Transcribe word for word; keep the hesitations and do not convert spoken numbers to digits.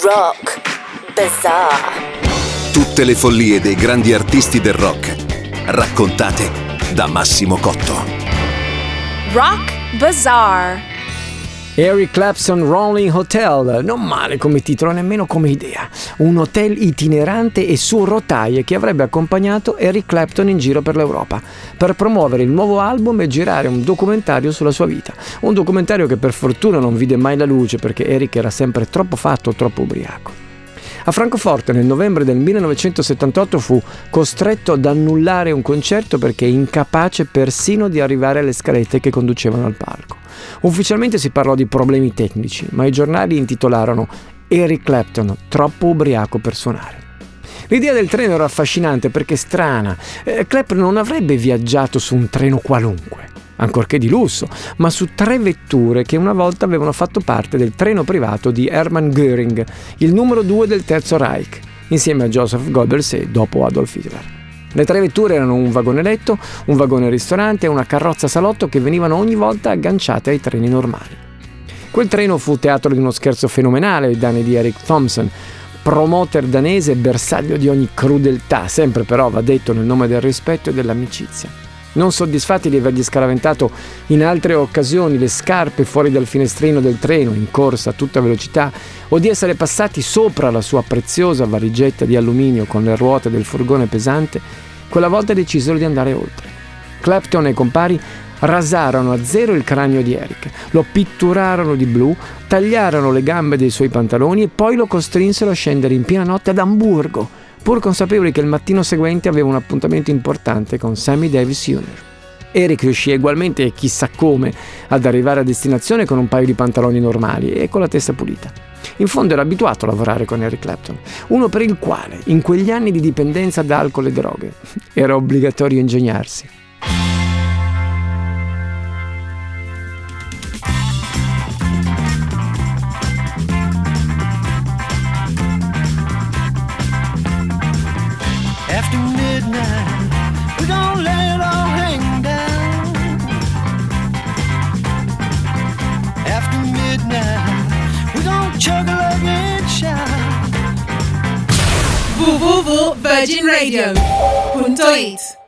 Rock Bazaar. Tutte le follie dei grandi artisti del rock, raccontate da Massimo Cotto. Rock Bazaar. Eric Clapton Rolling Hotel, non male come titolo, nemmeno come idea. Un hotel itinerante e su rotaie che avrebbe accompagnato Eric Clapton in giro per l'Europa per promuovere il nuovo album e girare un documentario sulla sua vita. Un documentario che per fortuna non vide mai la luce perché Eric era sempre troppo fatto, troppo ubriaco. A Francoforte nel novembre del millenovecentosettantotto fu costretto ad annullare un concerto perché incapace persino di arrivare alle scalette che conducevano al palco. Ufficialmente si parlò di problemi tecnici, ma i giornali intitolarono Eric Clapton troppo ubriaco per suonare. L'idea del treno era affascinante perché strana. Eh, Clapton non avrebbe viaggiato su un treno qualunque, ancorché di lusso, ma su tre vetture che una volta avevano fatto parte del treno privato di Hermann Göring, il numero due del Terzo Reich, insieme a Joseph Goebbels e dopo Adolf Hitler. Le tre vetture erano un vagone letto, un vagone ristorante e una carrozza salotto che venivano ogni volta agganciate ai treni normali. Quel treno fu teatro di uno scherzo fenomenale ai danni di Eric Thompson, promoter danese e bersaglio di ogni crudeltà, sempre però va detto nel nome del rispetto e dell'amicizia. Non soddisfatti di avergli scaraventato in altre occasioni le scarpe fuori dal finestrino del treno in corsa a tutta velocità o di essere passati sopra la sua preziosa valigetta di alluminio con le ruote del furgone pesante, quella volta decisero di andare oltre. Clapton e compari rasarono a zero il cranio di Eric, lo pitturarono di blu, tagliarono le gambe dei suoi pantaloni e poi lo costrinsero a scendere in piena notte ad Amburgo, pur consapevoli che il mattino seguente aveva un appuntamento importante con Sammy Davis junior Eric riuscì egualmente, e chissà come, ad arrivare a destinazione con un paio di pantaloni normali e con la testa pulita. In fondo era abituato a lavorare con Eric Clapton, uno per il quale, in quegli anni di dipendenza da alcol e droghe, era obbligatorio ingegnarsi. After midnight, we gon' let it all hang down. After midnight, we gon' chug a lug and shout. w w w punto virgin radio punto it